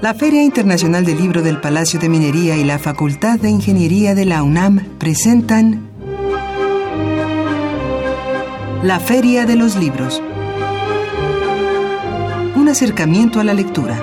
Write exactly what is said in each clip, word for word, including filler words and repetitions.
La Feria Internacional del Libro del Palacio de Minería y la Facultad de Ingeniería de la UNAM presentan La Feria de los Libros. Un acercamiento a la lectura.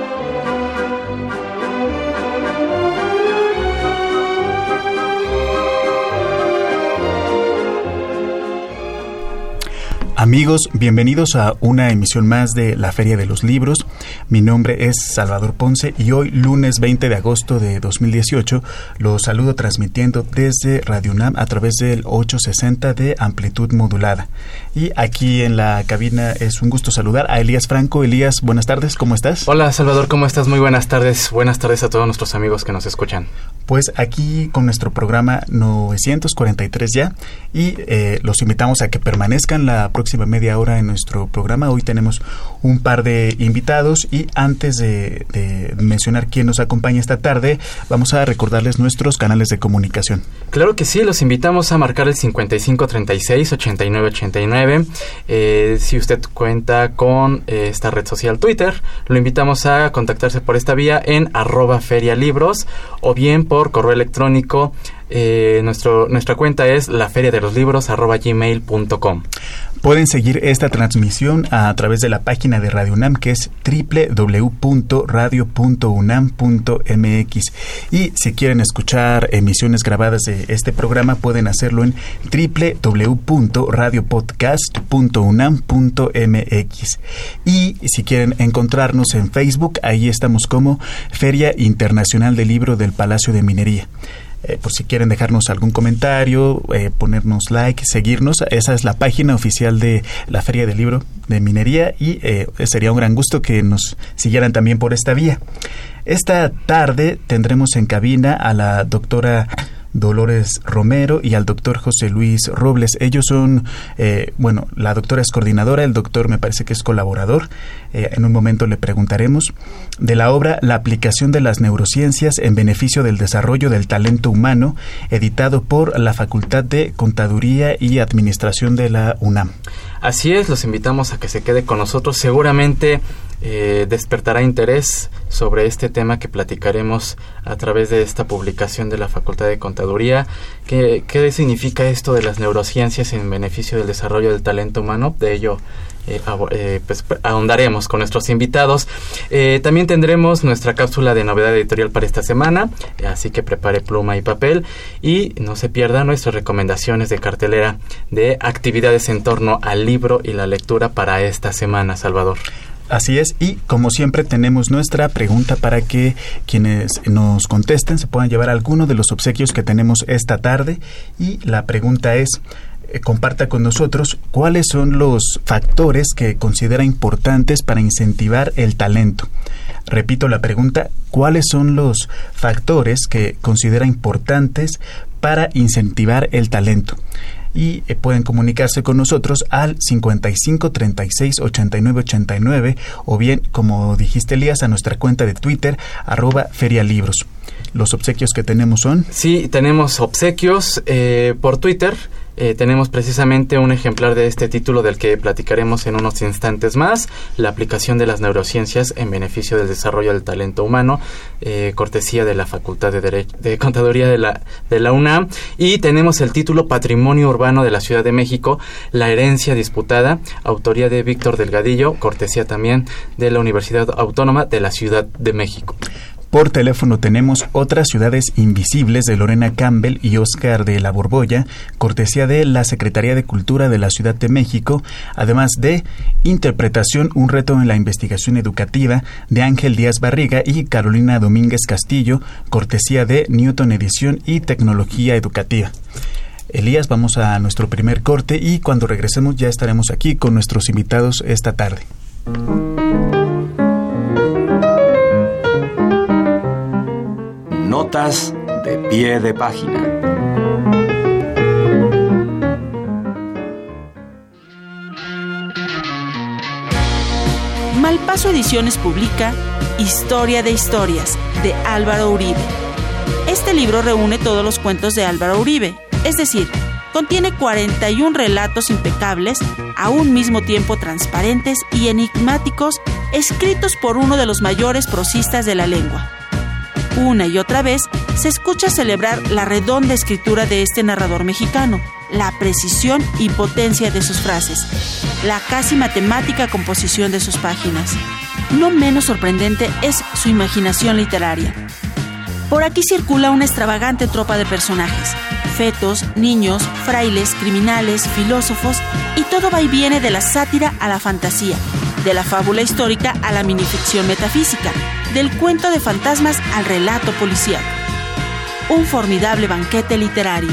Amigos, bienvenidos a una emisión más de la Feria de los Libros. Mi nombre es Salvador Ponce y hoy, lunes veinte de agosto de dos mil dieciocho, los saludo transmitiendo desde Radio UNAM a través del ochocientos sesenta de amplitud modulada. Y aquí en la cabina es un gusto saludar a Elías Franco. Elías, buenas tardes, ¿cómo estás? Hola Salvador, ¿cómo estás? Muy buenas tardes. Buenas tardes a todos nuestros amigos que nos escuchan. Pues aquí con nuestro programa novecientos cuarenta y tres ya y eh, los invitamos a que permanezcan la próxima media hora en nuestro programa. Hoy tenemos un par de invitados y antes de, de mencionar quién nos acompaña esta tarde, vamos a recordarles nuestros canales de comunicación. Claro que sí, los invitamos a marcar el cincuenta y cinco treinta y seis ochenta y nueve ochenta y nueve. Eh, si usted cuenta con eh, esta red social Twitter, lo invitamos a contactarse por esta vía en arroba ferialibros o bien por correo electrónico. Eh, nuestro, nuestra cuenta es laferiadeloslibros arroba gmail punto com. Pueden seguir esta transmisión a través de la página de Radio UNAM, que es doble u doble u doble u punto radio punto unam punto m x, y si quieren escuchar emisiones grabadas de este programa pueden hacerlo en doble u doble u doble u punto radio podcast punto unam punto m x, y si quieren encontrarnos en Facebook, ahí estamos como Feria Internacional del Libro del Palacio de Minería. Eh, por si quieren dejarnos algún comentario, eh, ponernos like, seguirnos, esa es la página oficial de la Feria del Libro de Minería y eh, sería un gran gusto que nos siguieran también por esta vía. Esta tarde tendremos en cabina a la doctora Dolores Romero y al doctor José Luis Robles. Ellos son, eh, bueno, la doctora es coordinadora, el doctor me parece que es colaborador. Eh, en un momento le preguntaremos de la obra La aplicación de las neurociencias en beneficio del desarrollo del talento humano, editado por la Facultad de Contaduría y Administración de la UNAM. Así es, los invitamos a que se quede con nosotros. Seguramente eh, despertará interés sobre este tema que platicaremos a través de esta publicación de la Facultad de Contaduría. ¿Qué, qué significa esto de las neurociencias en beneficio del desarrollo del talento humano? De ello Eh, eh, pues ahondaremos con nuestros invitados. Eh, también tendremos nuestra cápsula de novedad editorial para esta semana, eh, así que prepare pluma y papel y no se pierda nuestras recomendaciones de cartelera de actividades en torno al libro y la lectura para esta semana, Salvador. Así es, y como siempre tenemos nuestra pregunta para que quienes nos contesten se puedan llevar alguno de los obsequios que tenemos esta tarde, y la pregunta es: eh, comparta con nosotros cuáles son los factores que considera importantes para incentivar el talento. Repito la pregunta: ¿cuáles son los factores que considera importantes para incentivar el talento? Y eh, pueden comunicarse con nosotros al cincuenta y cinco treinta y seis ochenta y nueve ochenta y nueve o bien, como dijiste Elías, a nuestra cuenta de Twitter, arroba ferialibros. Los obsequios que tenemos son... Sí, tenemos obsequios eh, por Twitter. Eh, tenemos precisamente un ejemplar de este título del que platicaremos en unos instantes más, La aplicación de las neurociencias en beneficio del desarrollo del talento humano, eh, cortesía de la Facultad de Derecho, de Contaduría de la, de la UNAM. Y tenemos el título Patrimonio Urbano de la Ciudad de México, la herencia disputada, autoría de Víctor Delgadillo, cortesía también de la Universidad Autónoma de la Ciudad de México. Por teléfono tenemos Otras ciudades invisibles de Lorena Campbell y Óscar de la Borbolla, cortesía de la Secretaría de Cultura de la Ciudad de México, además de Interpretación, un reto en la investigación educativa, de Ángel Díaz Barriga y Carolina Domínguez Castillo, cortesía de Newton Edición y Tecnología Educativa. Elías, vamos a nuestro primer corte y cuando regresemos ya estaremos aquí con nuestros invitados esta tarde. Notas de pie de página. Malpaso Ediciones publica Historia de Historias, de Álvaro Uribe. Este libro reúne todos los cuentos de Álvaro Uribe, es decir, contiene cuarenta y un relatos impecables, a un mismo tiempo transparentes y enigmáticos, escritos por uno de los mayores prosistas de la lengua. Una y otra vez se escucha celebrar la redonda escritura de este narrador mexicano, la precisión y potencia de sus frases, la casi matemática composición de sus páginas. No menos sorprendente es su imaginación literaria. Por aquí circula una extravagante tropa de personajes, fetos, niños, frailes, criminales, filósofos, y todo va y viene de la sátira a la fantasía, de la fábula histórica a la minificción metafísica, del cuento de fantasmas al relato policíaco. Un formidable banquete literario.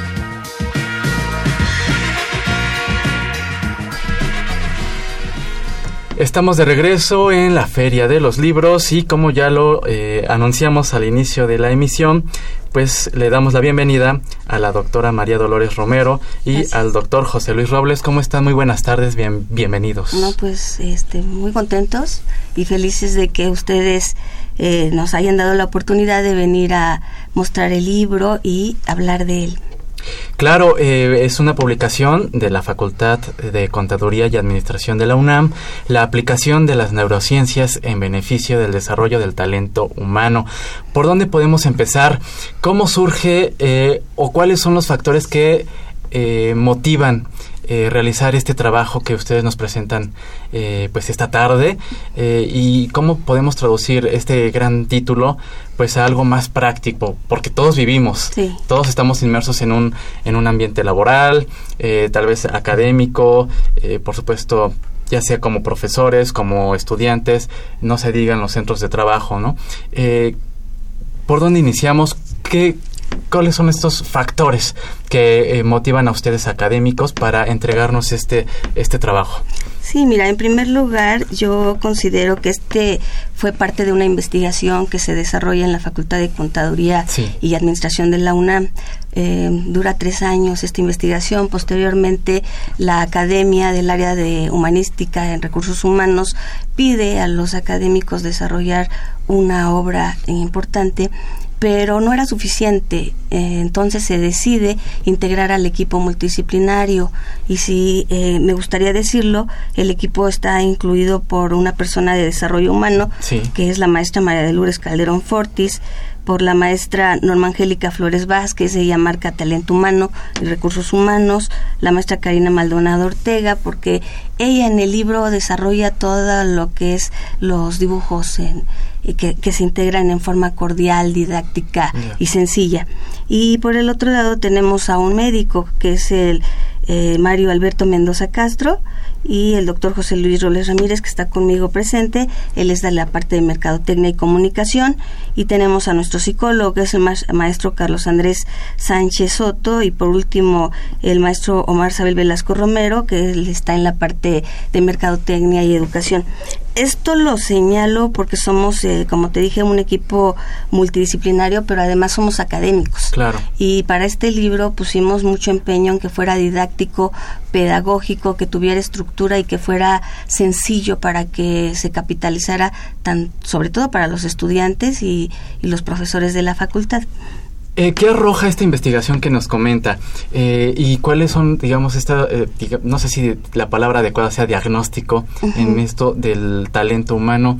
Estamos de regreso en la Feria de los Libros y como ya lo eh, anunciamos al inicio de la emisión, pues le damos la bienvenida a la doctora María Dolores Romero y Gracias. Al doctor José Luis Robles. ¿Cómo están? Muy buenas tardes, bien, bienvenidos. No, pues este, muy contentos y felices de que ustedes eh, nos hayan dado la oportunidad de venir a mostrar el libro y hablar de él. Claro, eh, es una publicación de la Facultad de Contaduría y Administración de la UNAM, la aplicación de las neurociencias en beneficio del desarrollo del talento humano. ¿Por dónde podemos empezar? ¿Cómo surge eh, o cuáles son los factores que eh, motivan Eh, realizar este trabajo que ustedes nos presentan eh, pues esta tarde eh, y cómo podemos traducir este gran título pues a algo más práctico, porque todos vivimos, sí. todos estamos inmersos en un en un ambiente laboral, eh, tal vez académico, eh, por supuesto ya sea como profesores, como estudiantes, no se digan los centros de trabajo, ¿no? Eh, ¿por dónde iniciamos? ¿Qué ¿Cuáles son estos factores que eh, motivan a ustedes académicos para entregarnos este este trabajo? Sí, mira, en primer lugar, yo considero que este fue parte de una investigación que se desarrolla en la Facultad de Contaduría sí. y Administración de la UNAM. Eh, dura tres años esta investigación. Posteriormente, la Academia del Área de Humanística en Recursos Humanos pide a los académicos desarrollar una obra importante, pero no era suficiente, eh, entonces se decide integrar al equipo multidisciplinario y si eh, me gustaría decirlo, el equipo está incluido por una persona de desarrollo humano, sí. que es la maestra María de Lourdes Calderón Fortis, por la maestra Norma Angélica Flores Vázquez, ella marca talento humano y recursos humanos, la maestra Karina Maldonado Ortega, porque ella en el libro desarrolla todo lo que es los dibujos en, que, que se integran en forma cordial, didáctica yeah. y sencilla. Y por el otro lado tenemos a un médico que es el eh, Mario Alberto Mendoza Castro y el doctor José Luis Robles Ramírez, que está conmigo presente. Él es de la parte de Mercadotecnia y Comunicación, y tenemos a nuestro psicólogo, que es el ma- maestro Carlos Andrés Sánchez Soto, y por último el maestro Omar Sabel Velasco Romero, que él está en la parte de Mercadotecnia y Educación. Esto lo señalo porque somos, eh, como te dije, un equipo multidisciplinario, pero además somos académicos. Claro. Y para este libro pusimos mucho empeño en que fuera didáctico, pedagógico, que tuviera estructura y que fuera sencillo para que se capitalizara, tan, sobre todo para los estudiantes y, y los profesores de la facultad. Eh, ¿Qué arroja esta investigación que nos comenta? Eh, ¿Y cuáles son, digamos, esta, eh, diga, no sé si la palabra adecuada sea diagnóstico uh-huh. en esto del talento humano?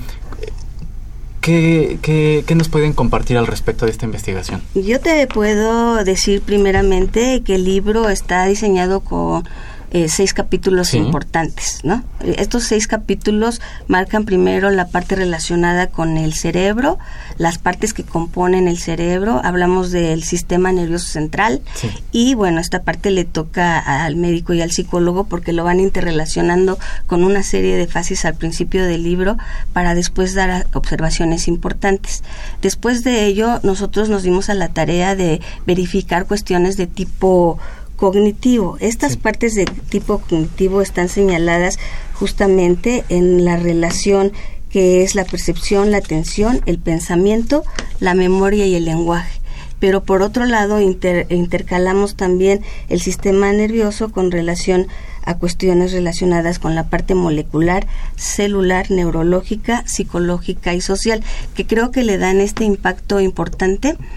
¿Qué, qué, ¿Qué nos pueden compartir al respecto de esta investigación? Yo te puedo decir primeramente que el libro está diseñado con Eh, seis capítulos sí. importantes, ¿no? Estos seis capítulos marcan primero la parte relacionada con el cerebro, las partes que componen el cerebro, hablamos del sistema nervioso central sí. y bueno, esta parte le toca al médico y al psicólogo porque lo van interrelacionando con una serie de fases al principio del libro para después dar observaciones importantes. Después de ello, nosotros nos dimos a la tarea de verificar cuestiones de tipo cognitivo. Estas sí. partes de tipo cognitivo están señaladas justamente en la relación que es la percepción, la atención, el pensamiento, la memoria y el lenguaje. Pero por otro lado inter, intercalamos también el sistema nervioso con relación a cuestiones relacionadas con la parte molecular, celular, neurológica, psicológica y social, que creo que le dan este impacto importante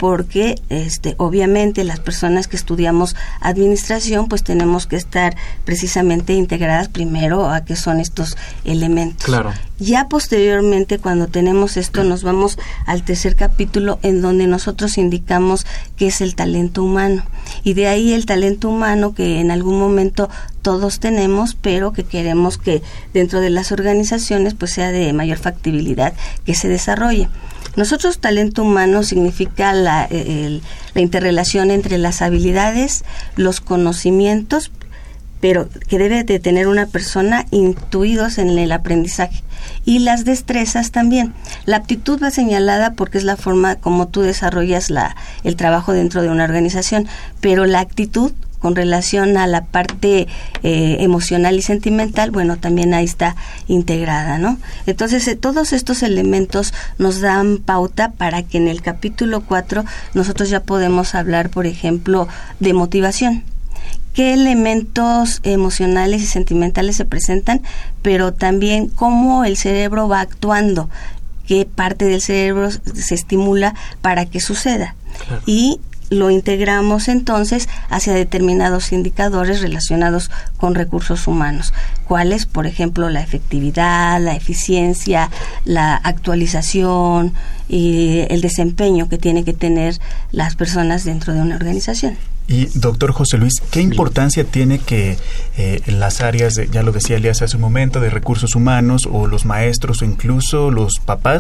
porque este obviamente las personas que estudiamos administración pues tenemos que estar precisamente integradas primero a qué son estos elementos. Claro. Ya posteriormente, cuando tenemos esto, nos vamos al tercer capítulo en donde nosotros indicamos qué es el talento humano, y de ahí el talento humano que en algún momento todos tenemos, pero que queremos que dentro de las organizaciones pues sea de mayor factibilidad que se desarrolle. Nosotros, talento humano significa la, el, la interrelación entre las habilidades, los conocimientos, pero que debe de tener una persona intuidos en el aprendizaje, y las destrezas también. La aptitud va señalada porque es la forma como tú desarrollas la, el trabajo dentro de una organización, pero la actitud con relación a la parte eh, emocional y sentimental, bueno, también ahí está integrada, ¿no? Entonces, eh, todos estos elementos nos dan pauta para que en el capítulo cuatro nosotros ya podemos hablar, por ejemplo, de motivación. Qué elementos emocionales y sentimentales se presentan, pero también cómo el cerebro va actuando, qué parte del cerebro se estimula para que suceda. Claro. Y lo integramos entonces hacia determinados indicadores relacionados con recursos humanos, cuáles, por ejemplo, la efectividad, la eficiencia, la actualización y el desempeño que tienen que tener las personas dentro de una organización. Y doctor José Luis, ¿qué importancia tiene que eh, las áreas, de, ya lo decía Elías hace un momento, de recursos humanos, o los maestros o incluso los papás,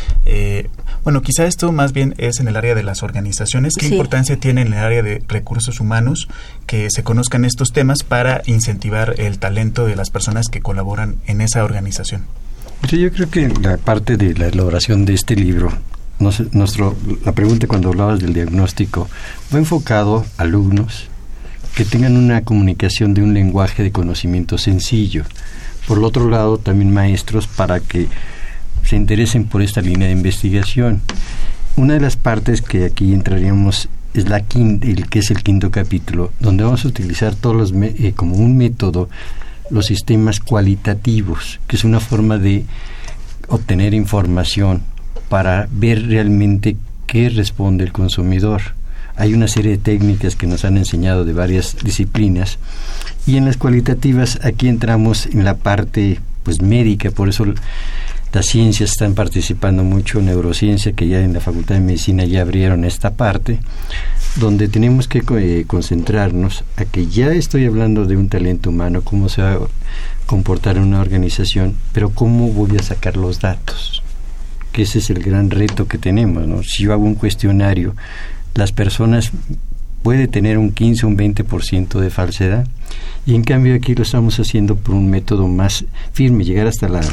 eh, bueno, quizá esto más bien es en el área de las organizaciones, ¿qué sí. importancia tiene en el área de recursos humanos que se conozcan estos temas para incentivar el talento de las personas que colaboran en esa organización? Sí, yo creo que la parte de la elaboración de este libro, Nos, nuestro, la pregunta cuando hablabas del diagnóstico, va enfocado a alumnos que tengan una comunicación de un lenguaje de conocimiento sencillo. Por el otro lado, también maestros para que se interesen por esta línea de investigación. Una de las partes que aquí entraríamos es la quinta, el que es el quinto capítulo, donde vamos a utilizar todos los me, eh, como un método los sistemas cualitativos, que es una forma de obtener información para ver realmente qué responde el consumidor. Hay una serie de técnicas que nos han enseñado de varias disciplinas, y en las cualitativas aquí entramos en la parte pues médica, por eso las ciencias están participando mucho, neurociencia, que ya en la Facultad de Medicina ya abrieron esta parte, donde tenemos que eh, concentrarnos a que ya estoy hablando de un talento humano, cómo se va a comportar en una organización, pero cómo voy a sacar los datos, que ese es el gran reto que tenemos, ¿no? Si yo hago un cuestionario, las personas puede tener un quince o un veinte por ciento de falsedad, y en cambio aquí lo estamos haciendo por un método más firme, llegar hasta la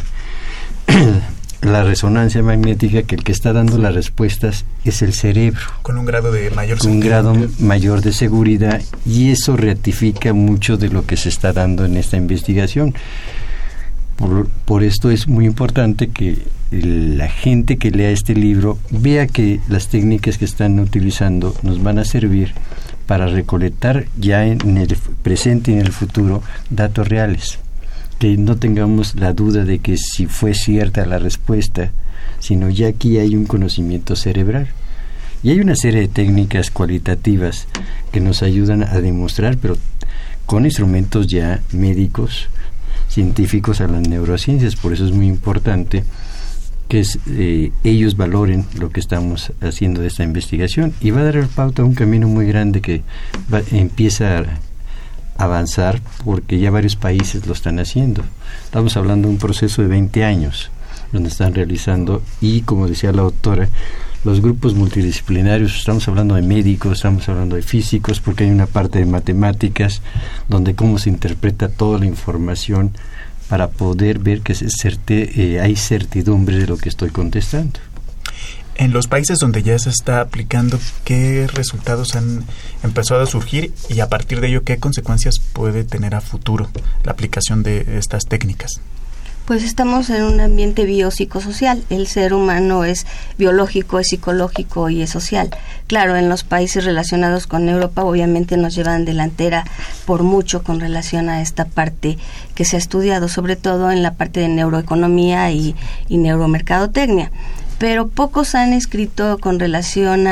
la resonancia magnética, que el que está dando las respuestas es el cerebro. Con un grado de mayor Con un grado mayor de seguridad, y eso ratifica mucho de lo que se está dando en esta investigación. Por, por esto es muy importante que la gente que lea este libro vea que las técnicas que están utilizando nos van a servir para recolectar ya en el presente y en el futuro datos reales, que no tengamos la duda de que si fue cierta la respuesta, sino ya aquí hay un conocimiento cerebral. Y hay una serie de técnicas cualitativas que nos ayudan a demostrar, pero con instrumentos ya médicos, científicos, a las neurociencias. Por eso es muy importante que es, eh, ellos valoren lo que estamos haciendo de esta investigación, y va a dar el pauta a un camino muy grande que va, empieza a avanzar, porque ya varios países lo están haciendo. Estamos hablando de un proceso de veinte años donde están realizando, y como decía la autora, los grupos multidisciplinarios, estamos hablando de médicos, estamos hablando de físicos, porque hay una parte de matemáticas donde cómo se interpreta toda la información para poder ver que se certe, eh, hay certidumbre de lo que estoy contestando. En los países donde ya se está aplicando, ¿qué resultados han empezado a surgir, y a partir de ello qué consecuencias puede tener a futuro la aplicación de estas técnicas? Pues estamos en un ambiente biopsicosocial. El ser humano es biológico, es psicológico y es social. Claro, en los países relacionados con Europa obviamente nos llevan delantera por mucho con relación a esta parte que se ha estudiado, sobre todo en la parte de neuroeconomía y, y neuromercadotecnia. Pero pocos han escrito con relación a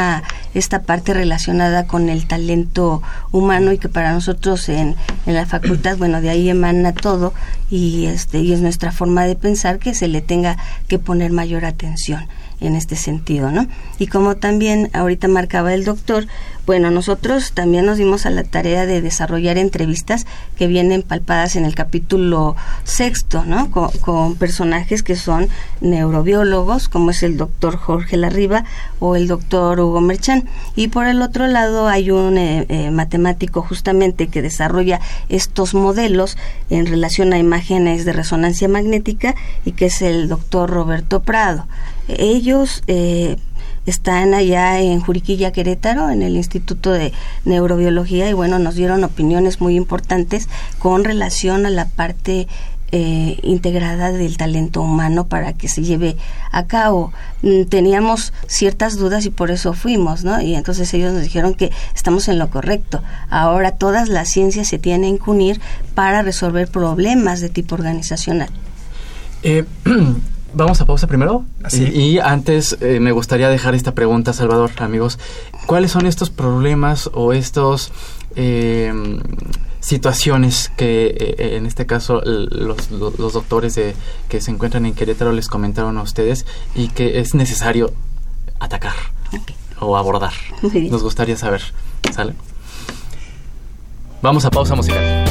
esta parte relacionada con el talento humano, y que para nosotros en, en la facultad, bueno, de ahí emana todo, y este y es nuestra forma de pensar que se le tenga que poner mayor atención en este sentido, ¿no? Y como también ahorita marcaba el doctor, bueno, nosotros también nos dimos a la tarea de desarrollar entrevistas que vienen palpadas en el capítulo sexto, ¿no? Con, con personajes que son neurobiólogos, como es el doctor Jorge Larriba o el doctor Hugo Merchán. Y por el otro lado hay un eh, eh, matemático justamente que desarrolla estos modelos en relación a imágenes de resonancia magnética, y que es el doctor Roberto Prado. Ellos eh, están allá en Juriquilla, Querétaro, en el Instituto de Neurobiología, y bueno, nos dieron opiniones muy importantes con relación a la parte eh, integrada del talento humano para que se lleve a cabo. Mm, teníamos ciertas dudas y por eso fuimos, ¿no? Y entonces ellos nos dijeron que estamos en lo correcto. Ahora todas las ciencias se tienen que unir para resolver problemas de tipo organizacional. Eh, Vamos a pausa primero. Así. Y, y antes eh, me gustaría dejar esta pregunta, Salvador, amigos. ¿Cuáles son estos problemas o estos eh, situaciones que eh, en este caso los, los, los doctores de, que se encuentran en Querétaro les comentaron a ustedes y que es necesario atacar okay. o abordar? Nos gustaría saber. ¿Sale? Vamos a pausa musical.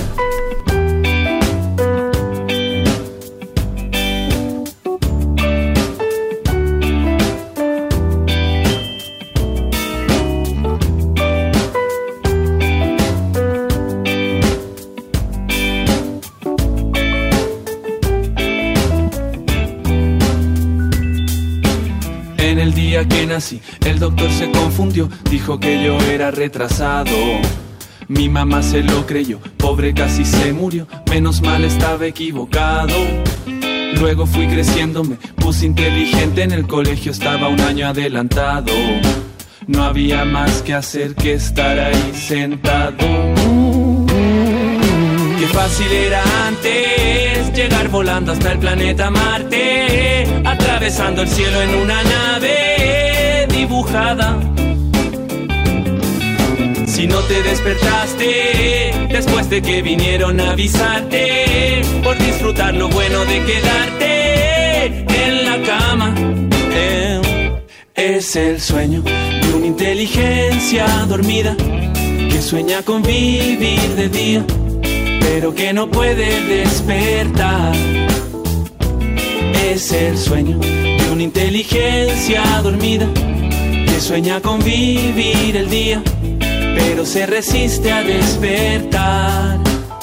El día que nací, el doctor se confundió, dijo que yo era retrasado. Mi mamá se lo creyó, pobre casi se murió, menos mal estaba equivocado. Luego fui creciendo, me puse inteligente, en el colegio estaba un año adelantado. No había más que hacer que estar ahí sentado. Qué fácil era antes llegar volando hasta el planeta Marte, atravesando el cielo en una nave dibujada. Si no te despertaste después de que vinieron a avisarte, por disfrutar lo bueno de quedarte en la cama. Eh, es el sueño de una inteligencia dormida que sueña con vivir de día, pero que no puede despertar. Es el sueño de una inteligencia dormida que sueña con vivir el día, pero se resiste a despertar.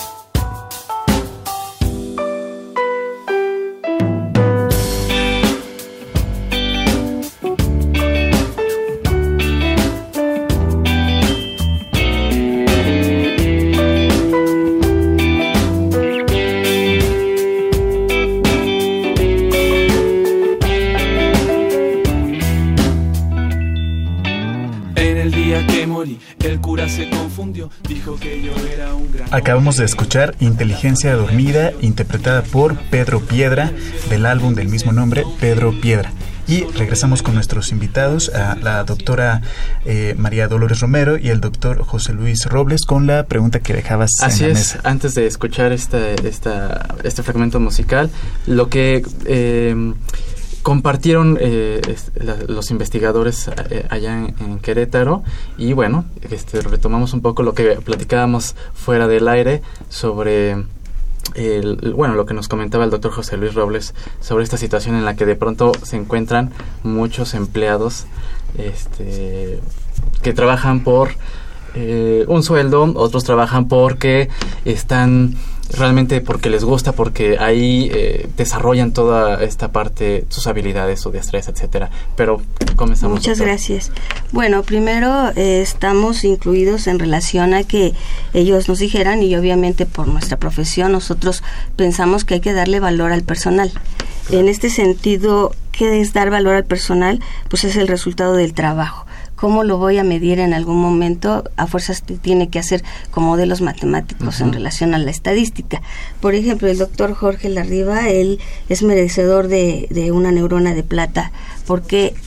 Acabamos de escuchar Inteligencia Dormida, interpretada por Pedro Piedra, del álbum del mismo nombre, Pedro Piedra. Y regresamos con nuestros invitados, a la doctora eh, María Dolores Romero y el doctor José Luis Robles, con la pregunta que dejabas Así en la es, mesa. Antes de escuchar esta, esta, este fragmento musical, lo que... Eh, compartieron eh, la, los investigadores eh, allá en, en Querétaro, y bueno, este, retomamos un poco lo que platicábamos fuera del aire sobre el, bueno, lo que nos comentaba el doctor José Luis Robles sobre esta situación en la que de pronto se encuentran muchos empleados este, que trabajan por eh, un sueldo, otros trabajan porque están realmente porque les gusta, porque ahí eh, desarrollan toda esta parte, sus habilidades, su destreza, etcétera. Pero comenzamos. Muchas doctor. gracias. Bueno, primero eh, estamos incluidos en relación a que ellos nos dijeran, y obviamente por nuestra profesión nosotros pensamos que hay que darle valor al personal. Claro. En este sentido, ¿qué es dar valor al personal? Pues es el resultado del trabajo. ¿Cómo lo voy a medir en algún momento? A fuerzas tiene que hacer con modelos matemáticos uh-huh. en relación a la estadística. Por ejemplo, el doctor Jorge Larriba, él es merecedor de, de una neurona de plata, porque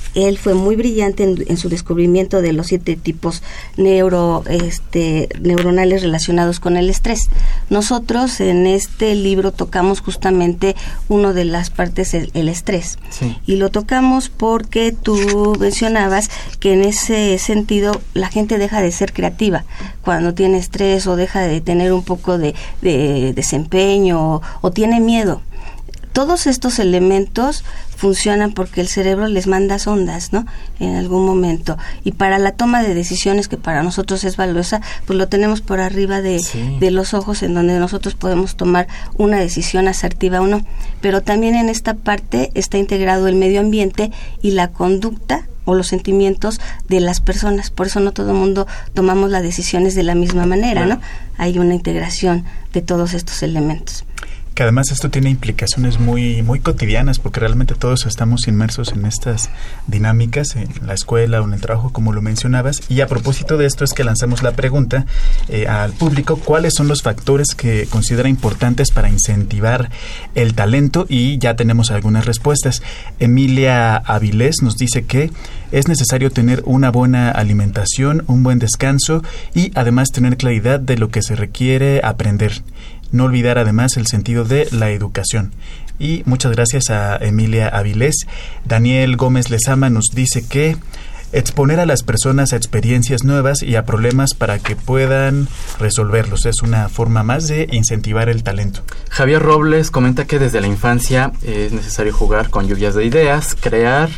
él fue muy brillante en, en su descubrimiento de los siete tipos neuro, este, neuronales relacionados con el estrés. Nosotros en este libro tocamos justamente una de las partes, el, el estrés. Sí. Y lo tocamos porque tú mencionabas que en ese sentido la gente deja de ser creativa cuando tiene estrés o deja de tener un poco de, de desempeño o, o tiene miedo. Todos estos elementos funcionan porque el cerebro les manda ondas, ¿no? En algún momento. Y para la toma de decisiones, que para nosotros es valiosa, pues lo tenemos por arriba de, sí. de los ojos, en donde nosotros podemos tomar una decisión asertiva o no. Pero también en esta parte está integrado el medio ambiente y la conducta o los sentimientos de las personas. Por eso no todo el mundo tomamos las decisiones de la misma manera, ¿no? Hay una integración de todos estos elementos. Que además esto tiene implicaciones muy muy cotidianas, porque realmente todos estamos inmersos en estas dinámicas en la escuela o en el trabajo, como lo mencionabas. Y a propósito de esto es que lanzamos la pregunta eh, al público: ¿cuáles son los factores que considera importantes para incentivar el talento? Y ya tenemos algunas respuestas. Emilia Avilés nos dice que es necesario tener una buena alimentación, un buen descanso y además tener claridad de lo que se requiere aprender. No olvidar además el sentido de la educación. Y muchas gracias a Emilia Avilés. Daniel Gómez Lezama nos dice que exponer a las personas a experiencias nuevas y a problemas para que puedan resolverlos es una forma más de incentivar el talento. Javier Robles comenta que desde la infancia es necesario jugar con lluvias de ideas, crear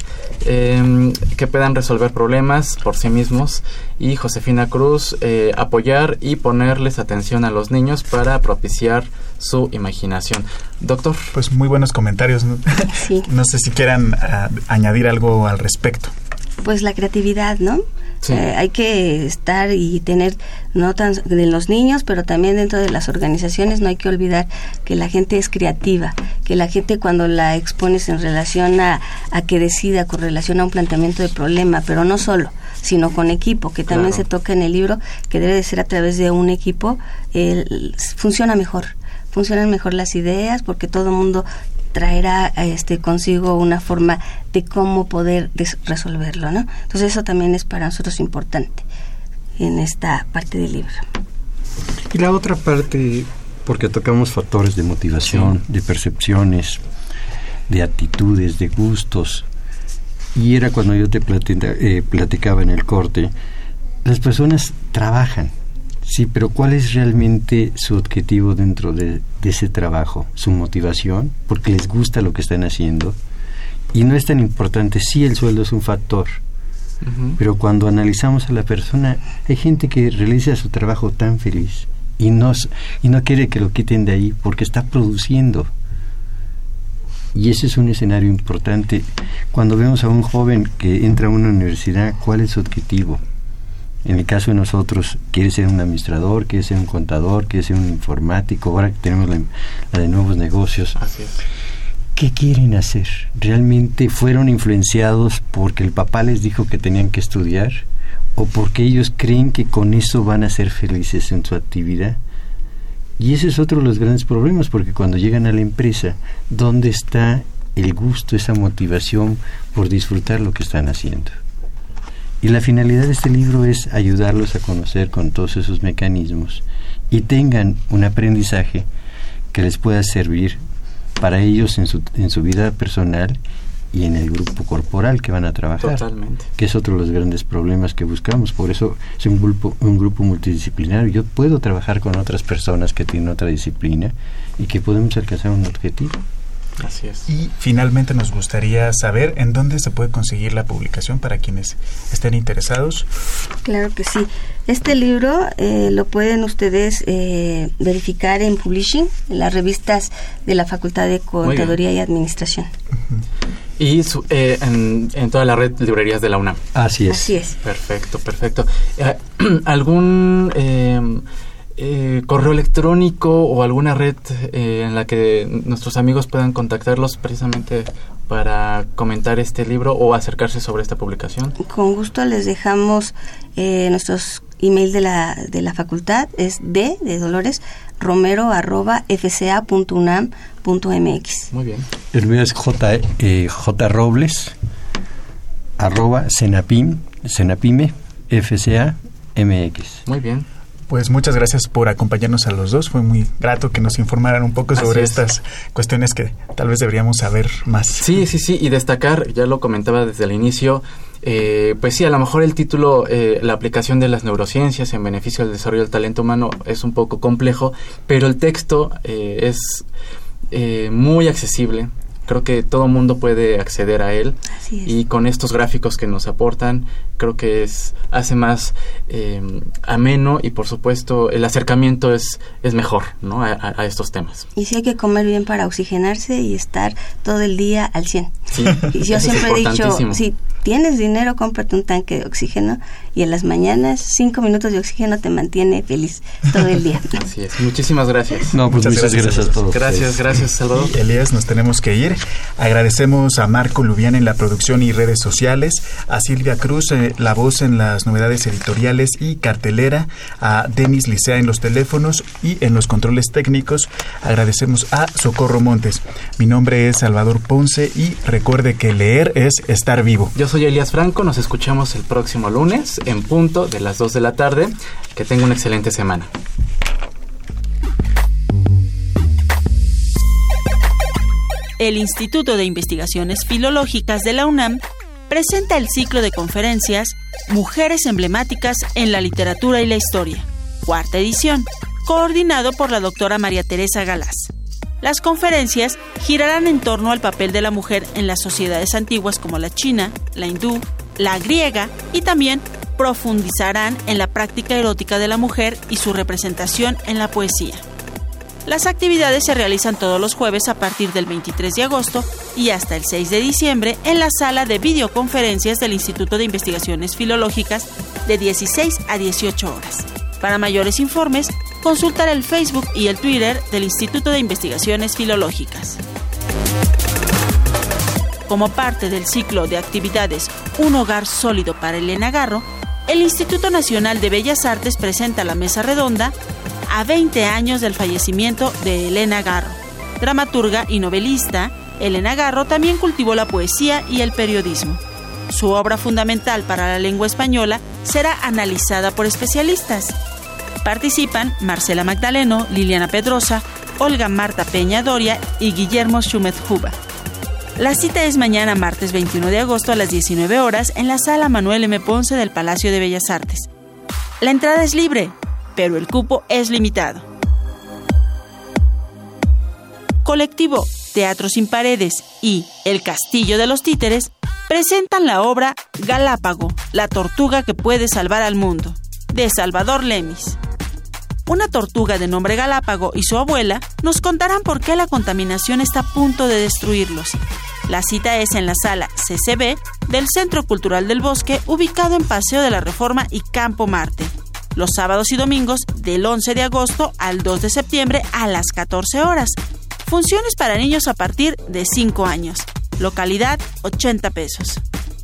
eh, que puedan resolver problemas por sí mismos. Y Josefina Cruz, eh, apoyar y ponerles atención a los niños para propiciar su imaginación. Doctor. Pues muy buenos comentarios, ¿no? Sí. No sé si quieran uh, añadir algo al respecto. Pues la creatividad, ¿no? Sí. Eh, hay que estar y tener, no tan de los niños, pero también dentro de las organizaciones no hay que olvidar que la gente es creativa, que la gente cuando la expones en relación a, a que decida con relación a un planteamiento de problema, pero no solo, sino con equipo, que también claro. se toca en el libro, que debe de ser a través de un equipo, eh, funciona mejor, funcionan mejor las ideas, porque todo el mundo traerá este consigo una forma de cómo poder des- resolverlo, ¿no? Entonces eso también es para nosotros importante en esta parte del libro. Y la otra parte, porque tocamos factores de motivación, sí. de percepciones, de actitudes, de gustos, y era cuando yo te platica, eh, platicaba en el corte, las personas trabajan, sí, pero ¿cuál es realmente su objetivo dentro de, de ese trabajo? Su motivación, porque les gusta lo que están haciendo. Y no es tan importante, sí, el sueldo es un factor, uh-huh. pero cuando analizamos a la persona, hay gente que realiza su trabajo tan feliz y no, y no quiere que lo quiten de ahí porque está produciendo. Y ese es un escenario importante. Cuando vemos a un joven que entra a una universidad, ¿cuál es su objetivo? En el caso de nosotros, quiere ser un administrador, quiere ser un contador, quiere ser un informático, ahora que tenemos la, la de nuevos negocios. Así es. ¿Qué quieren hacer? ¿Realmente fueron influenciados porque el papá les dijo que tenían que estudiar? ¿O porque ellos creen que con eso van a ser felices en su actividad? Y ese es otro de los grandes problemas, porque cuando llegan a la empresa, ¿dónde está el gusto, esa motivación por disfrutar lo que están haciendo? Y la finalidad de este libro es ayudarlos a conocer con todos esos mecanismos y tengan un aprendizaje que les pueda servir para ellos en su, en su vida personal y en el grupo corporal que van a trabajar. Totalmente. Que es otro de los grandes problemas que buscamos. Por eso es un grupo, un grupo multidisciplinario. Yo puedo trabajar con otras personas que tienen otra disciplina y que podemos alcanzar un objetivo. Así es. Y finalmente nos gustaría saber en dónde se puede conseguir la publicación para quienes estén interesados. Claro que sí. Este libro eh, lo pueden ustedes eh, verificar en Publishing, en las revistas de la Facultad de Contaduría y Administración. Uh-huh. Y su, eh, en, en toda la red de librerías de la UNAM. Así es. Así es. Perfecto, perfecto. Eh, ¿Algún... Eh, Eh, correo electrónico o alguna red eh, en la que nuestros amigos puedan contactarlos precisamente para comentar este libro o acercarse sobre esta publicación? Con gusto les dejamos eh, nuestros email de la de la facultad, es d de Dolores romero arroba fca punto unam punto mx. Muy bien. El mío es j, eh, J Robles arroba Senapim, Senapime, F C A, M X. Muy bien. Pues muchas gracias por acompañarnos a los dos. Fue muy grato que nos informaran un poco sobre estas cuestiones que tal vez deberíamos saber más. Sí, sí, sí. Y destacar, ya lo comentaba desde el inicio, eh, pues sí, a lo mejor el título, eh, la aplicación de las neurociencias en beneficio del desarrollo del talento humano es un poco complejo, pero el texto eh, es eh, muy accesible. Creo que todo mundo puede acceder a él. Así es. Y con estos gráficos que nos aportan, creo que es hace más eh, ameno y por supuesto el acercamiento es es mejor, ¿no? a, a estos temas. Y sí hay que comer bien para oxigenarse y estar todo el día al cien. Sí, y yo siempre he dicho, si tienes dinero, cómprate un tanque de oxígeno y en las mañanas cinco minutos de oxígeno te mantiene feliz todo el día. Así es. Muchísimas gracias. No, pues muchas, muchas gracias, gracias a todos. Gracias, gracias, Salvador. Y Elías, nos tenemos que ir. Agradecemos a Marco Lubián en la producción y redes sociales, a Silvia Cruz, eh, la voz en las novedades editoriales y cartelera, a Denis Licea en los teléfonos y en los controles técnicos. Agradecemos a Socorro Montes. Mi nombre es Salvador Ponce y recuerde que leer es estar vivo. Yo soy Elías Franco, nos escuchamos el próximo lunes en punto de las dos de la tarde. Que tenga una excelente semana. El Instituto de Investigaciones Filológicas de la UNAM presenta el ciclo de conferencias Mujeres emblemáticas en la literatura y la historia, cuarta edición, coordinado por la doctora María Teresa Galaz. Las conferencias girarán en torno al papel de la mujer en las sociedades antiguas como la china, la hindú, la griega y también profundizarán en la práctica erótica de la mujer y su representación en la poesía. Las actividades se realizan todos los jueves a partir del veintitrés de agosto y hasta el seis de diciembre en la sala de videoconferencias del Instituto de Investigaciones Filológicas de dieciséis a dieciocho horas. Para mayores informes, consultar el Facebook y el Twitter del Instituto de Investigaciones Filológicas. Como parte del ciclo de actividades Un hogar sólido para Elena Garro, el Instituto Nacional de Bellas Artes presenta la mesa redonda a veinte años del fallecimiento de Elena Garro. Dramaturga y novelista, Elena Garro también cultivó la poesía y el periodismo. Su obra fundamental para la lengua española será analizada por especialistas. Participan Marcela Magdaleno, Liliana Pedrosa, Olga Marta Peña Doria y Guillermo Xumet Juba. La cita es mañana martes veintiuno de agosto a las diecinueve horas en la sala Manuel M. Ponce del Palacio de Bellas Artes. La entrada es libre, pero el cupo es limitado. Colectivo Teatro Sin Paredes y El Castillo de los Títeres presentan la obra Galápago, la tortuga que puede salvar al mundo, de Salvador Lemis. Una tortuga de nombre Galápago y su abuela nos contarán por qué la contaminación está a punto de destruirlos. La cita es en la sala C C B del Centro Cultural del Bosque, ubicado en Paseo de la Reforma y Campo Marte, los sábados y domingos del once de agosto al dos de septiembre a las catorce horas. Funciones para niños a partir de cinco años. Localidad, ochenta pesos.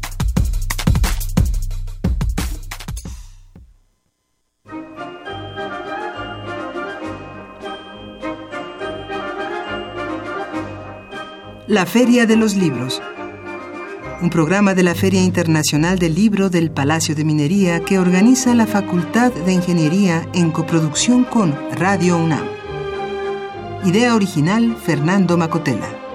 La Feria de los Libros. Un programa de la Feria Internacional del Libro del Palacio de Minería que organiza la Facultad de Ingeniería en coproducción con Radio UNAM. Idea original, Fernando Macotela.